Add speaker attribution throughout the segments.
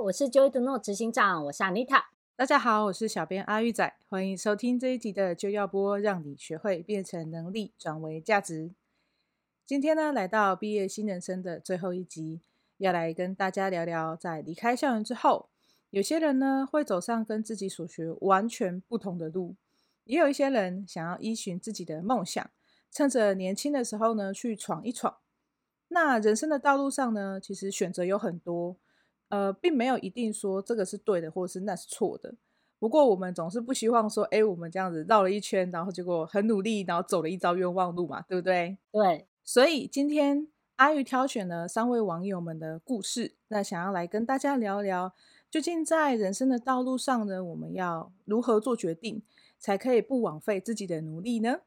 Speaker 1: 我是 Joy to Know 执行长，我是 Anita。
Speaker 2: 大家好，我是小编阿玉仔，欢迎收听这一集的就要播，让你学会变成能力转为价值。今天呢，来到毕业新人生的最后一集，要来跟大家聊聊，在离开校园之后，有些人呢会走上跟自己所学完全不同的路，也有一些人想要依循自己的梦想，趁着年轻的时候呢去闯一闯。那人生的道路上呢，其实选择有很多，并没有一定说这个是对的，或者是那是错的。不过我们总是不希望说，我们这样子绕了一圈，然后结果很努力，然后走了一遭冤枉路嘛，对不对？
Speaker 1: 对，
Speaker 2: 所以今天阿玉挑选了3位网友们的故事，那想要来跟大家聊聊，究竟在人生的道路上呢，我们要如何做决定，才可以不枉费自己的努力呢？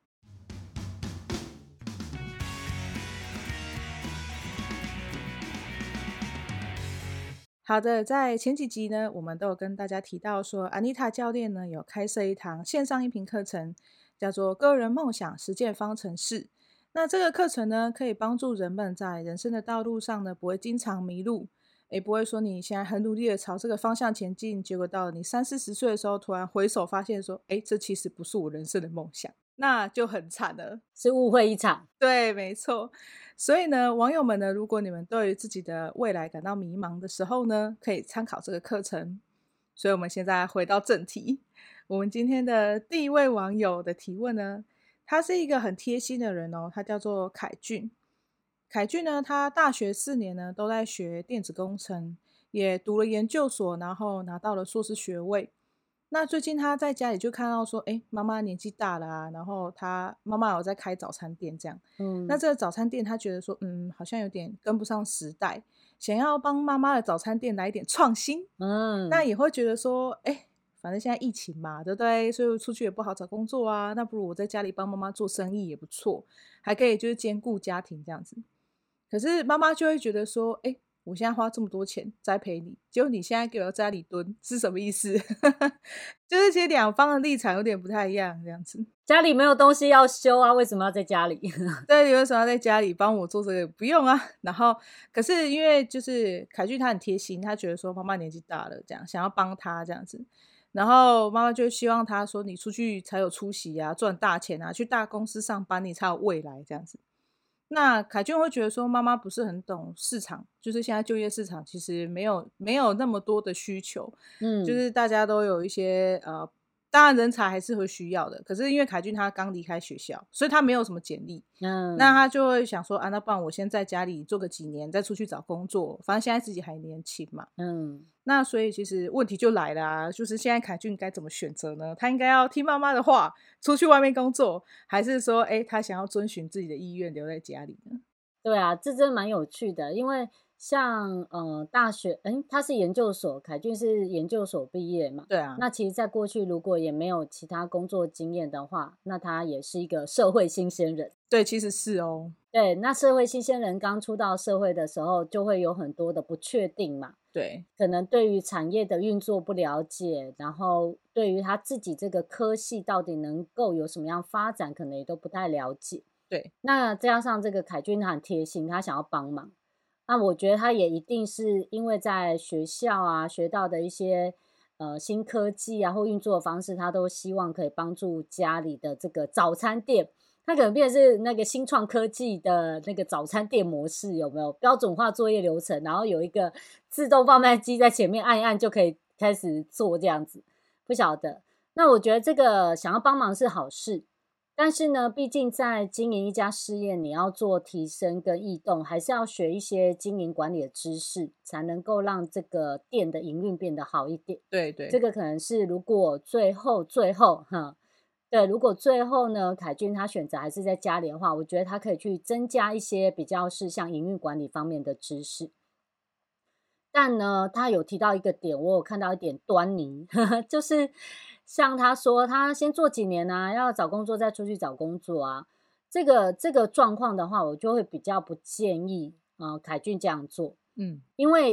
Speaker 2: 好的，在前几集呢，我们都有跟大家提到说，Anita 教练呢有开设一堂线上音频课程，叫做个人梦想实践方程式。那这个课程呢，可以帮助人们在人生的道路上呢，不会经常迷路，也不会说你现在很努力的朝这个方向前进，结果到了你30-40岁的时候，突然回首发现说，这其实不是我人生的梦想，那就很惨了。
Speaker 1: 是误会一场。
Speaker 2: 对，没错。所以呢，网友们呢，如果你们对于自己的未来感到迷茫的时候呢，可以参考这个课程。所以我们现在回到正题，我们今天的第一位网友的提问呢，他是一个很贴心的人哦，他叫做凯俊。凯俊呢，他大学4年呢都在学电子工程，也读了研究所，然后拿到了硕士学位。那最近他在家里就看到说，妈妈年纪大了啊，然后他妈妈有在开早餐店这样。那这个早餐店他觉得说，好像有点跟不上时代，想要帮妈妈的早餐店来一点创新。那也会觉得说，反正现在疫情嘛，对不对？所以出去也不好找工作啊，那不如我在家里帮妈妈做生意也不错，还可以就是兼顾家庭这样子。可是妈妈就会觉得说，我现在花这么多钱栽培你，结果你现在给我在家里蹲，是什么意思？就是其实两方的立场有点不太一样，这样子。
Speaker 1: 家里没有东西要修啊，为什么要在家里？
Speaker 2: 对，你为什么要在家里帮我做这个？不用啊。然后，可是因为就是凯俊他很贴心，他觉得说妈妈年纪大了，这样想要帮他这样子。然后妈妈就希望他说，你出去才有出息啊，赚大钱啊，去大公司上班你才有未来这样子。那凯俊会觉得说，妈妈不是很懂市场，就是现在就业市场其实没有那么多的需求，就是大家都有一些当然人才还是会需要的，可是因为凯俊他刚离开学校，所以他没有什么简历，那他就会想说那不然我先在家里做个几年，再出去找工作，反正现在自己还年轻嘛。那所以其实问题就来了啊，就是现在凯俊该怎么选择呢？他应该要听妈妈的话，出去外面工作，还是说他想要遵循自己的意愿留在家里呢？
Speaker 1: 对啊，这真的蛮有趣的，因为像大学，他是研究所，凯俊是研究所毕业嘛。
Speaker 2: 对啊，
Speaker 1: 那其实在过去如果也没有其他工作经验的话，那他也是一个社会新鲜人。
Speaker 2: 对，其实是哦。
Speaker 1: 对，那社会新鲜人刚出到社会的时候，就会有很多的不确定嘛。
Speaker 2: 对，
Speaker 1: 可能对于产业的运作不了解，然后对于他自己这个科系到底能够有什么样发展，可能也都不太了解。
Speaker 2: 对，
Speaker 1: 那加上这个凯俊他很贴心，他想要帮忙。那我觉得他也一定是因为在学校啊学到的一些新科技啊或运作的方式，他都希望可以帮助家里的这个早餐店。它可能变成是那个新创科技的那个早餐店模式，有没有标准化作业流程？然后有一个自动贩卖机在前面按一按就可以开始做这样子，不晓得。那我觉得这个想要帮忙是好事，但是呢，毕竟在经营一家事业，你要做提升跟异动，还是要学一些经营管理的知识，才能够让这个店的营运变得好一点。
Speaker 2: 对对，
Speaker 1: 这个可能是如果最后对，如果最后呢，凯俊他选择还是在家里的话，我觉得他可以去增加一些比较是像营运管理方面的知识。但呢，他有提到一个点，我有看到一点端倪，就是像他说，他先做几年啊，要找工作再出去找工作啊。这个状况的话，我就会比较不建议凯俊这样做。因为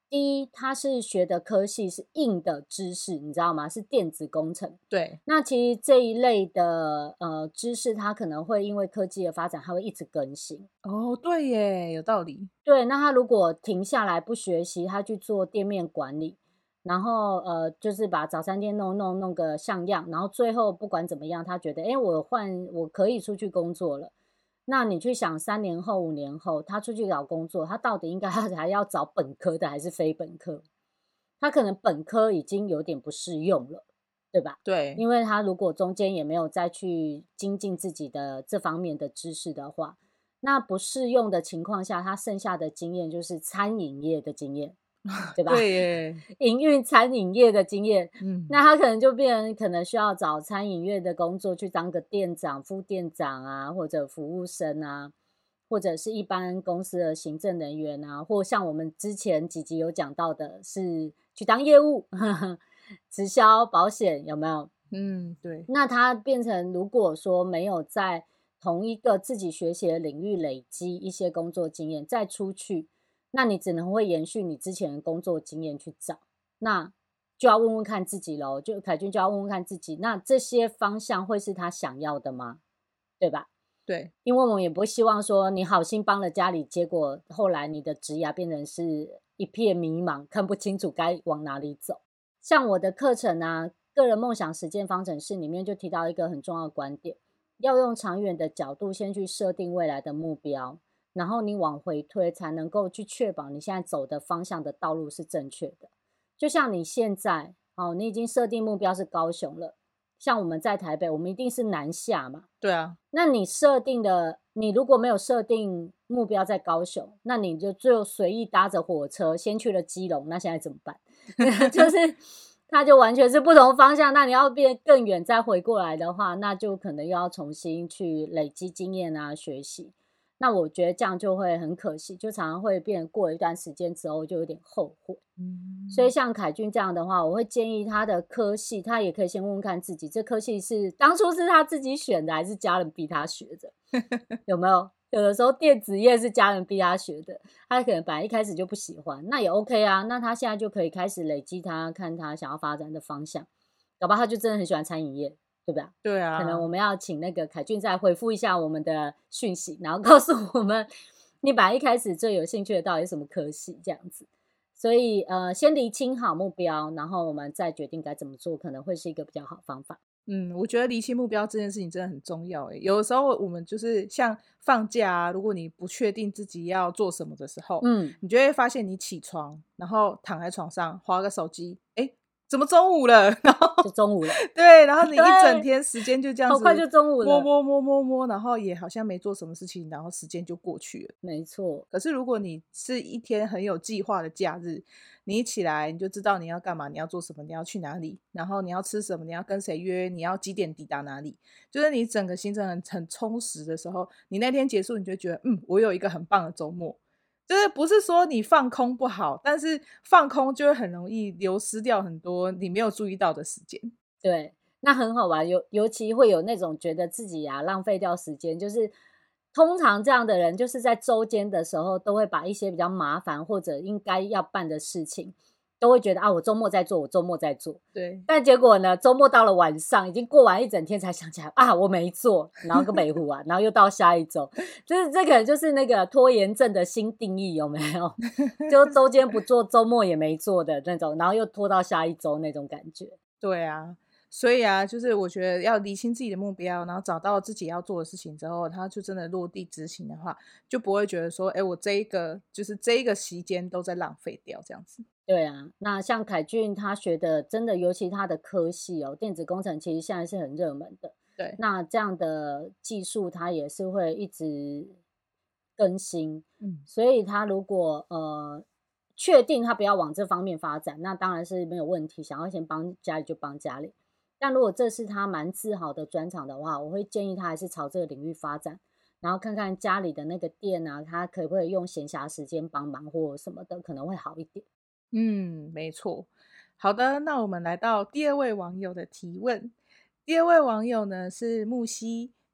Speaker 1: 第一，他是学的科系是硬的知识，你知道吗？是电子工程。
Speaker 2: 对，
Speaker 1: 那其实这一类的知识，它可能会因为科技的发展，它会一直更新。
Speaker 2: 哦，对耶，有道理。
Speaker 1: 对，那他如果停下来不学习，他去做店面管理，然后就是把早餐店弄个像样，然后最后不管怎么样，他觉得，诶，我可以出去工作了。那你去想3年后、5年后，他出去找工作，他到底应该还要找本科的还是非本科？他可能本科已经有点不适用了，对吧？
Speaker 2: 对，
Speaker 1: 因为他如果中间也没有再去精进自己的这方面的知识的话，那不适用的情况下，他剩下的经验就是餐饮业的经验，对吧？
Speaker 2: 对耶，
Speaker 1: 营运餐饮业的经验，那
Speaker 2: 嗯，
Speaker 1: 他可能就变成可能需要找餐饮业的工作去当个店长、副店长啊，或者服务生啊，或者是一般公司的行政人员啊，或像我们之前几集有讲到的是去当业务、直销、保险，有没有？
Speaker 2: 嗯，对，
Speaker 1: 那他变成如果说没有在同一个自己学习的领域累积一些工作经验，再出去，那你只能会延续你之前的工作经验去找，那就要问问看自己咯，就凯君就要问问看自己，那这些方向会是他想要的吗？对吧？
Speaker 2: 对，
Speaker 1: 因为我们也不希望说你好心帮了家里，结果后来你的职涯变成是一片迷茫，看不清楚该往哪里走。像我的课程啊，个人梦想实践方程式里面就提到一个很重要的观点，要用长远的角度先去设定未来的目标，然后你往回推，才能够去确保你现在走的方向的道路是正确的。就像你现在，你已经设定目标是高雄了，像我们在台北，我们一定是南下嘛。
Speaker 2: 对啊，
Speaker 1: 那你如果没有设定目标在高雄，那你就随意搭着火车先去了基隆，那现在怎么办？就是它就完全是不同方向。那你要变更远再回过来的话，那就可能又要重新去累积经验啊，学习。那我觉得这样就会很可惜，就常常会变成过了一段时间之后就有点后悔。所以
Speaker 2: 嗯，
Speaker 1: 像凯君这样的话，我会建议他的科系，他也可以先问问看自己，这科系是当初是他自己选的，还是家人逼他学的？有没有？有的时候电子业是家人逼他学的，他可能本来一开始就不喜欢，那也 OK 啊。那他现在就可以开始累积他看他想要发展的方向，搞不好他就真的很喜欢餐饮业，对不对？
Speaker 2: 对
Speaker 1: 可能我
Speaker 2: 啊，
Speaker 1: 们要请那个凯俊再回复一下我们的讯息，然后告诉我们你本来一开始最有兴趣的到底是什么科系这样子。所以先厘清好目标，然后我们再决定该怎么做，可能会是一个比较好方法。
Speaker 2: 嗯，我觉得厘清目标这件事情真的很重要诶。有的时候我们就是像放假啊，如果你不确定自己要做什么的时候，
Speaker 1: 嗯，
Speaker 2: 你就会发现你起床，然后躺在床上划个手机，诶，怎么中午了？然后
Speaker 1: 就中午了，
Speaker 2: 对，然后你一整
Speaker 1: 对，
Speaker 2: 天时间就这样子
Speaker 1: 好快就中午了，
Speaker 2: 摸，然后也好像没做什么事情，然后时间就过去了。
Speaker 1: 没错，
Speaker 2: 可是如果你是一天很有计划的假日，你一起来你就知道你要干嘛，你要做什么，你要去哪里，然后你要吃什么，你要跟谁约，你要几点抵达哪里，就是你整个行程很充实的时候，你那天结束你就觉得，我有一个很棒的周末。就是不是说你放空不好，但是放空就会很容易流失掉很多你没有注意到的时间。
Speaker 1: 对，那很好玩，尤其会有那种觉得自己浪费掉时间，就是通常这样的人，就是在周间的时候，都会把一些比较麻烦或者应该要办的事情，都会觉得我周末再做，我周末再做。
Speaker 2: 对，
Speaker 1: 但结果呢，周末到了晚上，已经过完一整天才想起来我没做，然后个没糊然后又到下一周，就是这可能就是那个拖延症的新定义，有没有？就周间不做，周末也没做的那种，然后又拖到下一周那种感觉。
Speaker 2: 对啊，所以啊，就是我觉得要理清自己的目标，然后找到自己要做的事情之后，他就真的落地执行的话，就不会觉得说，哎，我这一个时间都在浪费掉这样子。
Speaker 1: 对啊，那像凯俊他学的真的，尤其他的科系电子工程其实现在是很热门的。
Speaker 2: 对，
Speaker 1: 那这样的技术，它也是会一直更新，
Speaker 2: 嗯
Speaker 1: 所以他如果确定他不要往这方面发展，那当然是没有问题。想要先帮家里就帮家里，但如果这是他蛮自豪的专长的话，我会建议他还是朝这个领域发展，然后看看家里的那个店啊，他可不可以用闲暇时间帮忙或什么的，可能会好一点。
Speaker 2: 没错。好的，那我们来到第二位网友的提问。第二位网友呢是木西，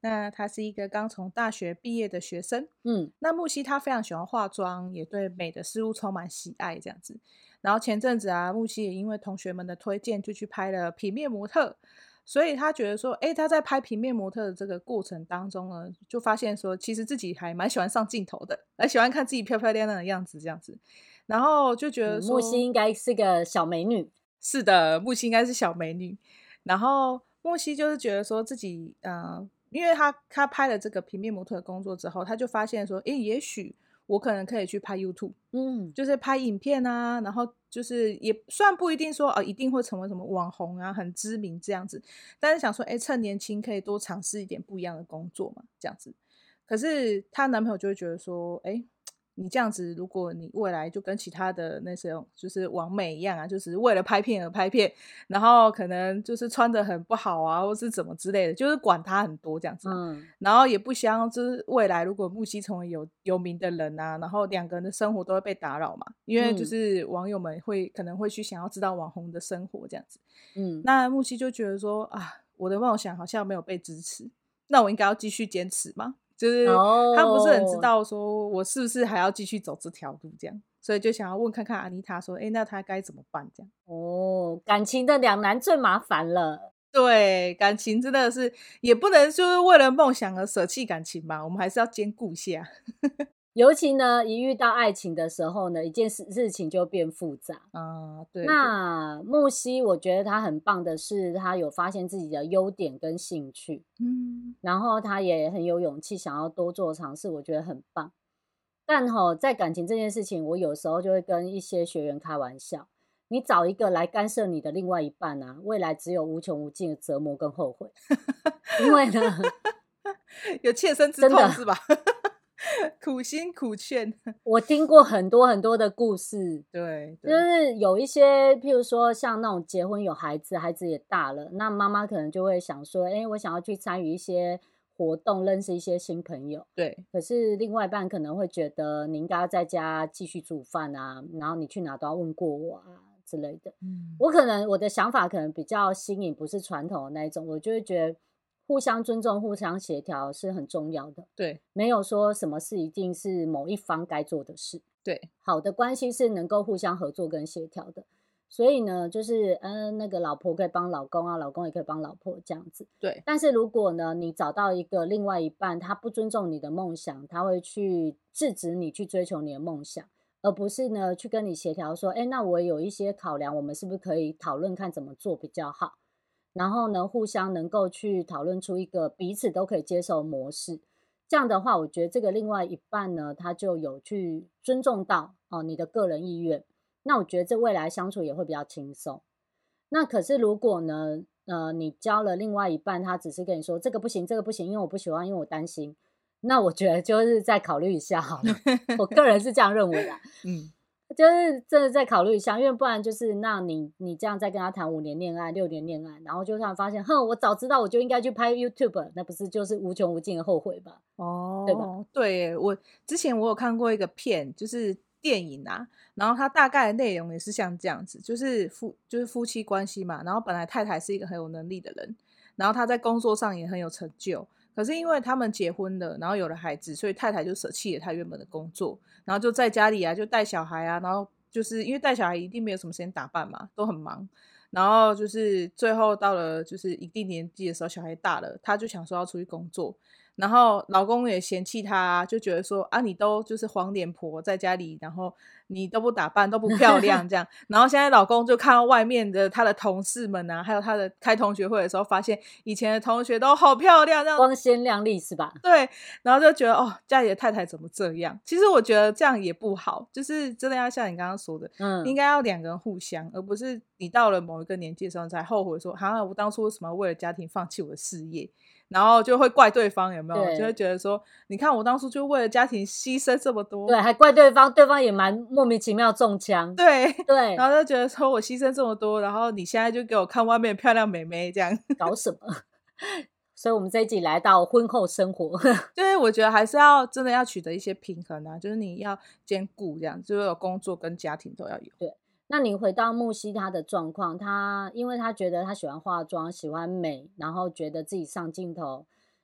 Speaker 2: 那他是一个刚从大学毕业的学生。
Speaker 1: 嗯
Speaker 2: 那木西他非常喜欢化妆，也对美的事物充满喜爱这样子。然后前阵子啊，木西也因为同学们的推荐，就去拍了平面模特。所以他觉得说，他在拍平面模特的这个过程当中呢，就发现说，其实自己还蛮喜欢上镜头的，还喜欢看自己漂漂亮亮的样子这样子。然后就觉得
Speaker 1: 木西
Speaker 2: 说，
Speaker 1: 应该是个小美女。
Speaker 2: 是的，木西应该是小美女。然后木西就是觉得说自己，因为他拍了这个平面模特的工作之后，他就发现说，也许我可能可以去拍 YouTube，
Speaker 1: 嗯
Speaker 2: 就是拍影片啊，然后就是也算不一定说一定会成为什么网红啊，很知名这样子，但是想说，趁年轻可以多尝试一点不一样的工作嘛，这样子。可是她男朋友就会觉得说，你这样子，如果你未来就跟其他的那种就是网美一样啊，就是为了拍片而拍片，然后可能就是穿得很不好啊，或是怎么之类的，就是管他很多这样子啊。
Speaker 1: 嗯
Speaker 2: 然后也不想就是未来如果木西成为有名的人啊，然后两个人的生活都会被打扰嘛，因为就
Speaker 1: 嗯
Speaker 2: 是网友们可能会去想要知道网红的生活这样子。
Speaker 1: 嗯
Speaker 2: 那木西就觉得说我的梦想好像没有被支持，那我应该要继续坚持吗？就是他不是很知
Speaker 1: 哦，
Speaker 2: 道说我是不是还要继续走这条路这样，所以就想要问看看阿妮塔说，那他该怎么办这样？
Speaker 1: 哦，感情的两难最麻烦了。
Speaker 2: 对，感情真的是也不能就是为了梦想而舍弃感情嘛，我们还是要兼顾一下。
Speaker 1: 尤其呢，一遇到爱情的时候呢，一件事情就变复杂。
Speaker 2: 对对，
Speaker 1: 那木西，我觉得他很棒的是，他有发现自己的优点跟兴趣，
Speaker 2: 嗯，
Speaker 1: 然后他也很有勇气想要多做尝试，我觉得很棒。但在感情这件事情，我有时候就会跟一些学员开玩笑，你找一个来干涉你的另外一半啊，未来只有无穷无尽的折磨跟后悔。因为呢，
Speaker 2: 有切身之
Speaker 1: 真的，
Speaker 2: 痛是吧？苦心苦劝，
Speaker 1: 我听过很多很多的故事，就
Speaker 2: 对对
Speaker 1: 是有一些，譬如说像那种结婚有孩子，孩子也大了，那妈妈可能就会想说，我想要去参与一些活动，认识一些新朋友。
Speaker 2: 对，
Speaker 1: 可是另外一半可能会觉得你应该要在家继续煮饭啊，然后你去哪都要问过我啊之类的。
Speaker 2: 嗯，
Speaker 1: 我的想法可能比较新颖，不是传统的那一种，我就会觉得互相尊重、互相协调是很重要的，
Speaker 2: 对
Speaker 1: 没有说什么事一定是某一方该做的事。
Speaker 2: 对，
Speaker 1: 好的关系是能够互相合作跟协调的。所以呢，就是那个老婆可以帮老公啊，老公也可以帮老婆这样子。
Speaker 2: 对，
Speaker 1: 但是如果呢，你找到一个另外一半，他不尊重你的梦想，他会去制止你去追求你的梦想，而不是呢去跟你协调说，那我有一些考量，我们是不是可以讨论看怎么做比较好？然后呢，互相能够去讨论出一个彼此都可以接受的模式。这样的话，我觉得这个另外一半呢，他就有去尊重到你的个人意愿，那我觉得这未来相处也会比较轻松。那可是如果呢，你交了另外一半，他只是跟你说这个不行，这个不行，因为我不喜欢，因为我担心，那我觉得就是再考虑一下好了。我个人是这样认为的，
Speaker 2: 嗯，
Speaker 1: 就是真的再考虑一下，因为不然就是那你这样再跟他谈5年恋爱、6年恋爱，然后就突然发现，哼，我早知道我就应该去拍 YouTube，那不是就是无穷无尽的后悔吧？对吧？
Speaker 2: 对耶，之前我有看过一个片，就是电影啊，然后它大概的内容也是像这样子，就是夫妻关系嘛，然后本来太太是一个很有能力的人，然后她在工作上也很有成就，可是因为他们结婚了，然后有了孩子，所以太太就舍弃了她原本的工作，然后就在家里啊，就带小孩啊，然后就是因为带小孩一定没有什么时间打扮嘛，都很忙。然后就是最后到了就是一定年纪的时候，小孩大了，她就想说要出去工作，然后老公也嫌弃她，就觉得说你都就是黄脸婆在家里，然后你都不打扮，都不漂亮这样。然后现在老公就看到外面的他的同事们啊，还有他的开同学会的时候，发现以前的同学都好漂亮，这样
Speaker 1: 光鲜亮丽是吧？
Speaker 2: 对，然后就觉得家里的太太怎么这样？其实我觉得这样也不好，就是真的要像你刚刚说的，应该要两个人互相，而不是你到了某一个年纪的时候才后悔说，我当初为什么为了家庭放弃我的事业？然后就会怪对方，有没有？就会觉得说，你看我当初就为了家庭牺牲这么多，
Speaker 1: 对，还怪对方，对方也蛮莫名其妙中枪，
Speaker 2: 对
Speaker 1: 对，
Speaker 2: 然后就觉得说我牺牲这么多，然后你现在就给我看外面漂亮美眉这样，
Speaker 1: 搞什么？所以我们这一集来到婚后生活，
Speaker 2: 就是我觉得还是要真的要取得一些平衡啊，就是你要兼顾这样，就是有工作跟家庭都要有。
Speaker 1: 对。那你回到木西他的状况，因为他觉得他喜欢化妆，喜欢美，然后觉得自己上镜头，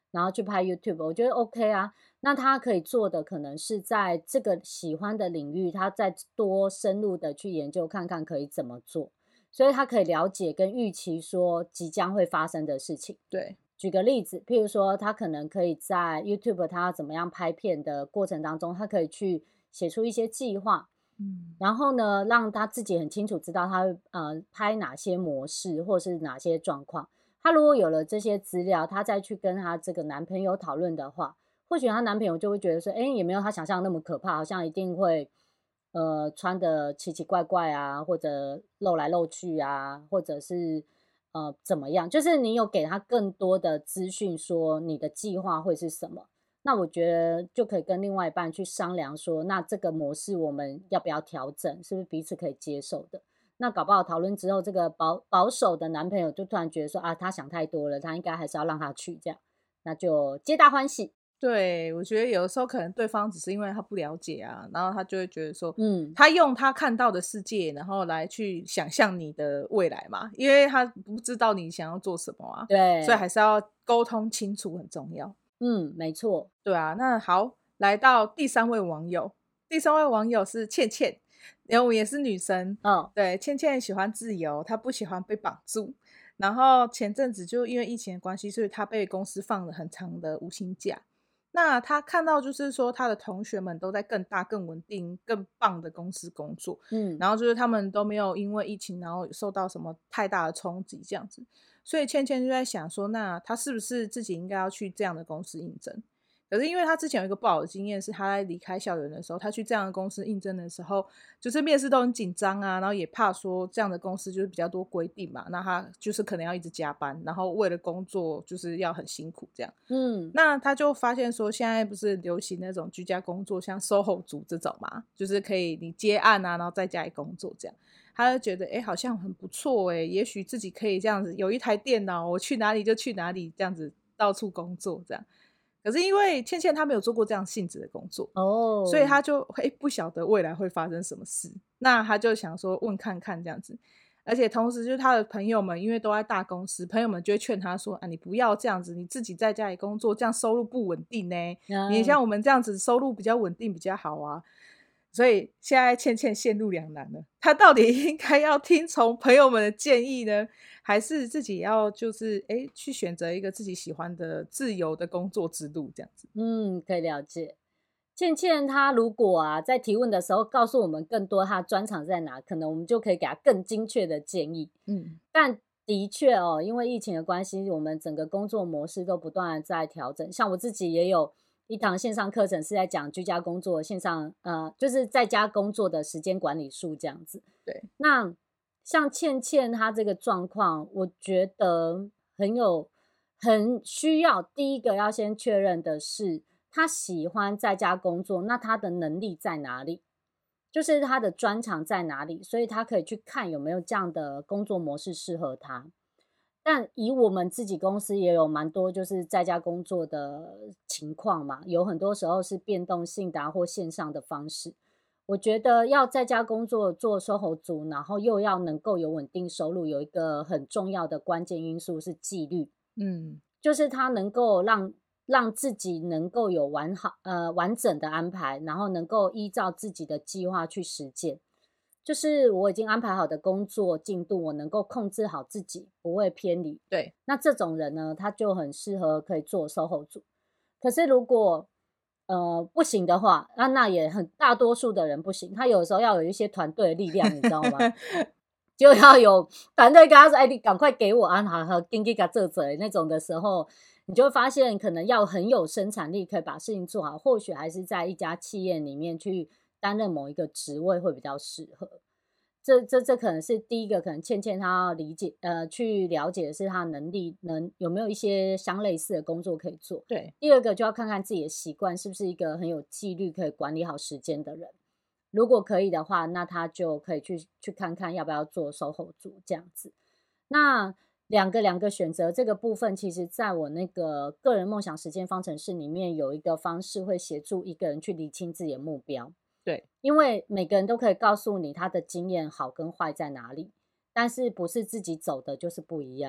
Speaker 1: 然后去拍 YouTube， 我觉得 OK 啊。那他可以做的可能是在这个喜欢的领域，他再多深入的去研究看看可以怎么做，所以他可以了解跟预期说即将会发生的事情。
Speaker 2: 对，
Speaker 1: 举个例子，譬如说他可能可以在 YouTube 他要怎么样拍片的过程当中，他可以去写出一些计划，然后呢，让他自己很清楚知道他会拍哪些模式或是哪些状况。他如果有了这些资料，他再去跟他这个男朋友讨论的话，或许她男朋友就会觉得说，哎，也没有他想象那么可怕，好像一定会穿的奇奇怪怪啊，或者露来露去啊，或者是怎么样？就是你有给他更多的资讯，说你的计划会是什么。那我觉得就可以跟另外一半去商量说，那这个模式我们要不要调整，是不是彼此可以接受的？那搞不好讨论之后，这个保守的男朋友就突然觉得说啊，他想太多了，他应该还是要让他去这样，那就皆大欢喜。
Speaker 2: 对，我觉得有的时候可能对方只是因为他不了解啊，然后他就会觉得说，
Speaker 1: 嗯，
Speaker 2: 他用他看到的世界，然后来去想象你的未来嘛，因为他不知道你想要做什么啊，所以
Speaker 1: 对，
Speaker 2: 还是要沟通清楚很重要。
Speaker 1: 没错，
Speaker 2: 对啊，那好，来到第三位网友，第三位网友是倩倩，然后也是女生。
Speaker 1: 哦，
Speaker 2: 对，倩倩喜欢自由，她不喜欢被绑住。然后前阵子就因为疫情的关系，所以她被公司放了很长的无薪假。那她看到就是说，她的同学们都在更大、更稳定、更棒的公司工作，
Speaker 1: 嗯
Speaker 2: 然后就是他们都没有因为疫情，然后受到什么太大的冲击这样子。所以倩倩就在想说，那她是不是自己应该要去这样的公司应征？可是因为他之前有一个不好的经验，是他在离开校园的时候，他去这样的公司应征的时候，就是面试都很紧张啊，然后也怕说这样的公司就是比较多规定嘛，那他就是可能要一直加班，然后为了工作就是要很辛苦这样。
Speaker 1: 嗯
Speaker 2: 那他就发现说，现在不是流行那种居家工作，像 SOHO 族这种嘛，就是可以你接案啊，然后在家里工作这样。他就觉得好像很不错也许自己可以这样子，有一台电脑，我去哪里就去哪里，这样子到处工作这样。可是因为倩倩她没有做过这样性质的工作，所以
Speaker 1: 哦，
Speaker 2: 她就不晓得未来会发生什么事。那她就想说问看看这样子，而且同时就是她的朋友们因为都在大公司，朋友们就会劝她说啊，你不要这样子，你自己在家里工作，这样收入不稳定呢。你
Speaker 1: 嗯。
Speaker 2: 像我们这样子收入比较稳定比较好啊。所以现在倩倩陷入两难了，她到底应该要听从朋友们的建议呢，还是自己要就是去选择一个自己喜欢的自由的工作之路这样子？
Speaker 1: 可以了解。倩倩她如果在提问的时候告诉我们更多她专长在哪，可能我们就可以给她更精确的建议。
Speaker 2: 嗯，
Speaker 1: 但的确哦，因为疫情的关系，我们整个工作模式都不断的在调整。像我自己也有一堂线上课程是在讲居家工作线上就是在家工作的时间管理术这样子。
Speaker 2: 对，
Speaker 1: 那像倩倩她这个状况，我觉得很需要第一个要先确认的是，她喜欢在家工作，那她的能力在哪里？就是她的专长在哪里？所以她可以去看有没有这样的工作模式适合她。但以我们自己公司也有蛮多就是在家工作的情况嘛，有很多时候是变动性的或线上的方式。我觉得要在家工作做 SOHO 族，然后又要能够有稳定收入，有一个很重要的关键因素是纪律，
Speaker 2: 嗯，
Speaker 1: 就是他能够让自己能够有完整的安排，然后能够依照自己的计划去实践。就是我已经安排好的工作进度，我能够控制好自己，不会偏离。
Speaker 2: 对，
Speaker 1: 那这种人呢，他就很适合可以做 SOHO 组。可是如果不行的话，那也很大多数的人不行，他有时候要有一些团队的力量，你知道吗？就要有团队跟他说：“哎，你赶快给我啊，好好紧紧给做做那种的时候，你就会发现可能要很有生产力，可以把事情做好，或许还是在一家企业里面去担任某一个职位会比较适合。这可能是第一个，可能倩倩她要理解，去了解的是她能力有没有一些相类似的工作可以做。
Speaker 2: 对，
Speaker 1: 第二个就要看看自己的习惯是不是一个很有纪律、可以管理好时间的人。如果可以的话，那他就可以去看看要不要做 SOHO 族这样子。那两个选择这个部分，其实在我那个个人梦想实践方程式里面有一个方式会协助一个人去厘清自己的目标。
Speaker 2: 对，
Speaker 1: 因为每个人都可以告诉你他的经验好跟坏在哪里，但是不是自己走的就是不一样。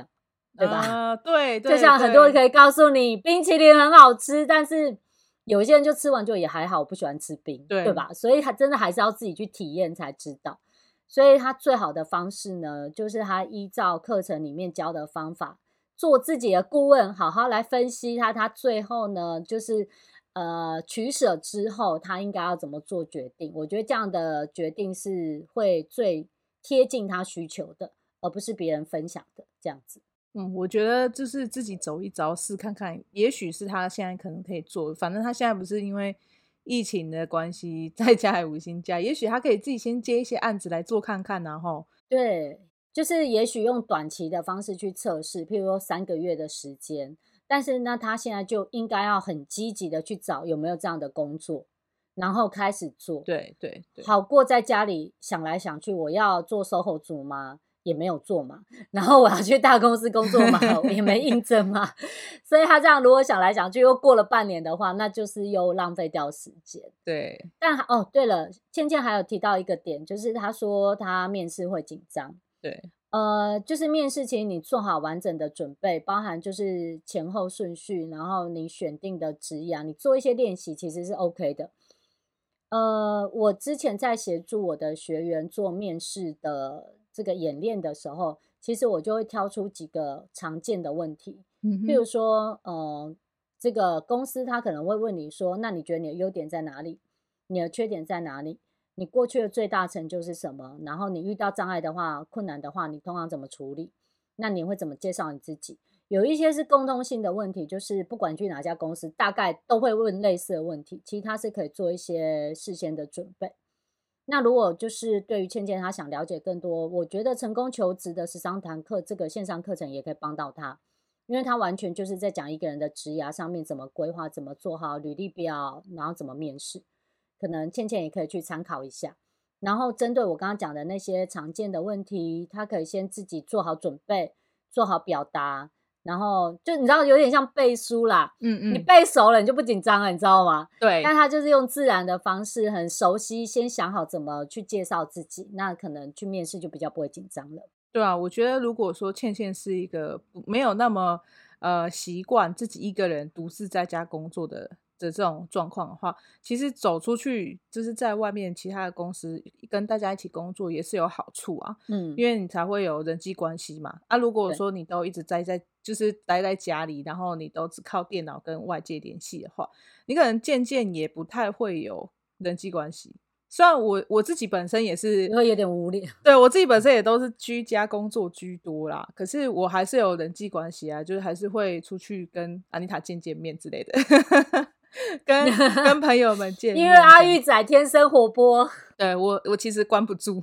Speaker 1: 对吧？
Speaker 2: 对对，
Speaker 1: 就像很多人可以告诉你冰淇淋很好吃，但是有些人就吃完就也还好，我不喜欢吃冰， 对吧？所以他真的还是要自己去体验才知道。所以他最好的方式呢，就是他依照课程里面教的方法，做自己的顾问，好好来分析他最后呢，就是取舍之后，他应该要怎么做决定。我觉得这样的决定是会最贴近他需求的，而不是别人分享的这样子。
Speaker 2: 我觉得就是自己走一遭试看看，也许是他现在可能可以做，反正他现在不是因为疫情的关系在家还无薪假，也许他可以自己先接一些案子来做看看啊齁。
Speaker 1: 对，就是也许用短期的方式去测试，譬如说3个月的时间，但是呢他现在就应该要很积极的去找有没有这样的工作，然后开始做。
Speaker 2: 对对对，
Speaker 1: 好过在家里想来想去，我要做 SOHO 族吗？也没有做嘛。然后我要去大公司工作嘛，也没应征嘛。所以他这样如果想来想去又过了半年的话，那就是又浪费掉时间。
Speaker 2: 对，
Speaker 1: 但对了，倩倩还有提到一个点，就是他说他面试会紧张。
Speaker 2: 对，
Speaker 1: 就是面试前你做好完整的准备，包含就是前后顺序，然后你选定的职涯，你做一些练习其实是 OK 的。我之前在协助我的学员做面试的这个演练的时候，其实我就会挑出几个常见的问题，譬如说，这个公司他可能会问你说，那你觉得你的优点在哪里？你的缺点在哪里？你过去的最大成就是什么？然后你遇到障碍的话、困难的话，你通常怎么处理？那你会怎么介绍你自己？有一些是共通性的问题，就是不管去哪家公司，大概都会问类似的问题，其实他是可以做一些事先的准备。那如果就是对于倩倩她想了解更多，我觉得成功求职的13堂课这个线上课程也可以帮到她，因为她完全就是在讲一个人的职涯上面怎么规划，怎么做好履历表，然后怎么面试，可能倩倩也可以去参考一下。然后针对我刚刚讲的那些常见的问题，她可以先自己做好准备，做好表达，然后就你知道有点像背书啦，你背熟了你就不紧张了，你知道吗？
Speaker 2: 对，
Speaker 1: 但他就是用自然的方式，很熟悉，先想好怎么去介绍自己，那可能去面试就比较不会紧张了。
Speaker 2: 对啊，我觉得如果说倩倩是一个没有那么习惯自己一个人独自在家工作的这种状况的话，其实走出去就是在外面其他的公司跟大家一起工作也是有好处啊。因为你才会有人际关系嘛。如果说你都一直就是待在家里，然后你都只靠电脑跟外界联系的话，你可能渐渐也不太会有人际关系。虽然我自己本身也是
Speaker 1: 会有点无聊，
Speaker 2: 对，我自己本身也都是居家工作居多啦，可是我还是有人际关系啊，就是还是会出去跟安妮塔见面之类的跟朋友们见面，
Speaker 1: 因为阿玉仔天生活泼，
Speaker 2: 对，我其实关不住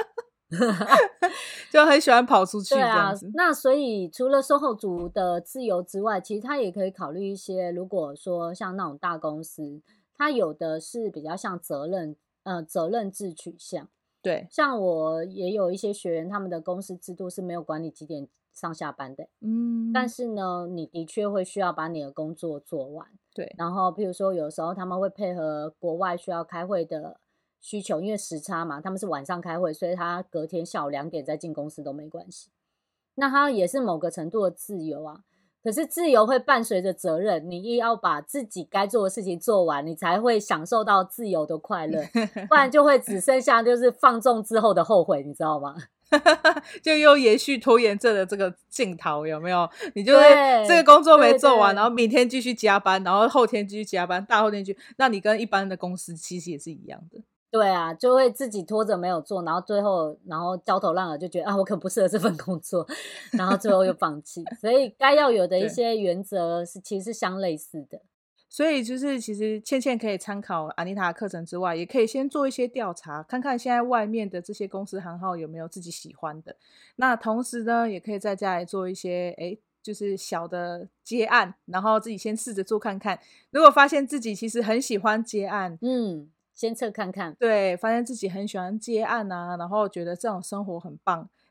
Speaker 2: 就很喜欢跑出去这样子。
Speaker 1: 那所以除了SOHO族的自由之外，其实他也可以考虑一些，如果说像那种大公司，他有的是比较像责任制取向。
Speaker 2: 对，
Speaker 1: 像我也有一些学员，他们的公司制度是没有管你几点上下班的，但是呢，你的确会需要把你的工作做完。
Speaker 2: 对，
Speaker 1: 然后譬如说有时候他们会配合国外需要开会的需求，因为时差嘛，他们是晚上开会，所以他隔天下午2点再进公司都没关系。那他也是某个程度的自由啊，可是自由会伴随着责任，你也要把自己该做的事情做完，你才会享受到自由的快乐，不然就会只剩下就是放纵之后的后悔，你知道吗？
Speaker 2: 就又延续拖延症的这个镜头，有没有？你就会这个工作没做完，然后明天继续加班，然后后天继续加班，大后天继续，那你跟一般的公司其实也是一样的。
Speaker 1: 对啊，就会自己拖着没有做，然后最后焦头烂额，就觉得我可能不适合这份工作，然后最后又放弃。所以该要有的一些原则其实是相类似的。
Speaker 2: 所以就是其实倩倩可以参考安妮塔的课程之外，也可以先做一些调查，看看现在外面的这些公司行号有没有自己喜欢的。那同时呢，也可以在家里做一些就是小的接案，然后自己先试着做看看。如果发现自己其实很喜欢接案，
Speaker 1: 先测看看。
Speaker 2: 对，发现自己很喜欢接案啊，然后觉得这种生活很棒，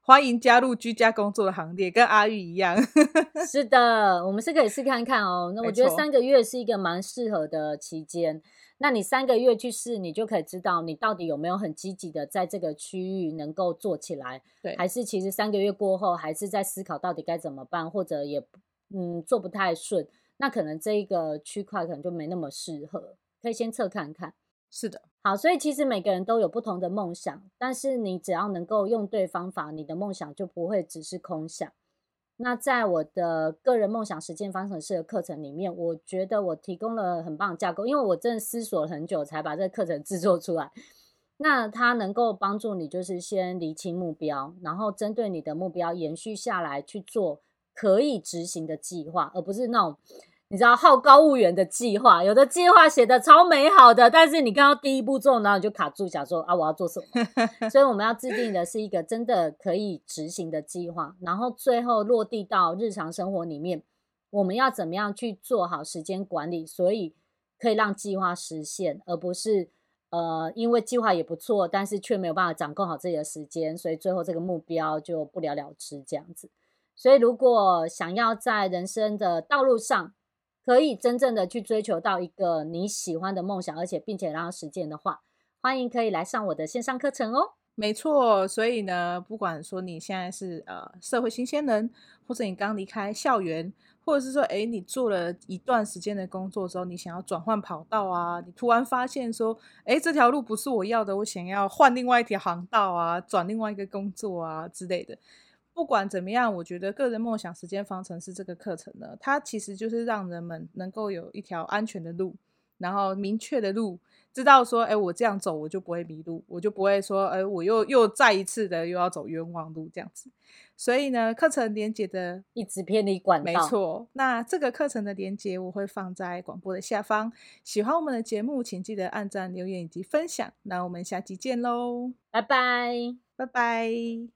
Speaker 2: 欢迎加入居家工作的行列，跟阿玉一样。
Speaker 1: 是的，我们是可以试看看哦。那我觉得
Speaker 2: 没错
Speaker 1: 3个月是一个蛮适合的期间。那你3个月去试，你就可以知道你到底有没有很积极的在这个区域能够做起来，
Speaker 2: 对，
Speaker 1: 还是其实3个月过后还是在思考到底该怎么办，或者也做不太顺，那可能这一个区块可能就没那么适合，可以先测看看。
Speaker 2: 是的，
Speaker 1: 好，所以其实每个人都有不同的梦想，但是你只要能够用对方法，你的梦想就不会只是空想。那在我的个人梦想实践方程式的课程里面，我觉得我提供了很棒的架构，因为我真的思索了很久才把这个课程制作出来。那它能够帮助你，就是先厘清目标，然后针对你的目标延续下来去做可以执行的计划，而不是那种你知道好高骛远的计划。有的计划写的超美好的，但是你看到第一步做，然后你就卡住，想说啊我要做什么？所以我们要制定的是一个真的可以执行的计划，然后最后落地到日常生活里面，我们要怎么样去做好时间管理，所以可以让计划实现，而不是因为计划也不错，但是却没有办法掌控好自己的时间，所以最后这个目标就不了了之这样子。所以如果想要在人生的道路上可以真正的去追求到一个你喜欢的梦想，而且并且让它实践的话，欢迎可以来上我的线上课程哦。
Speaker 2: 没错。所以呢，不管说你现在是社会新鲜人，或者你刚离开校园，或者是说你做了一段时间的工作之后，你想要转换跑道啊，你突然发现说这条路不是我要的，我想要换另外一条航道啊，转另外一个工作啊之类的。不管怎么样，我觉得个人梦想实践方程式这个课程呢，它其实就是让人们能够有一条安全的路，然后明确的路，知道说我这样走我就不会迷路，我就不会说我又再一次的又要走冤枉路这样子。所以呢，课程连结的
Speaker 1: 一直偏离管道。
Speaker 2: 没错，那这个课程的连结我会放在广播的下方。喜欢我们的节目，请记得按赞、留言以及分享。那我们下期见喽，
Speaker 1: 拜拜。
Speaker 2: 拜拜。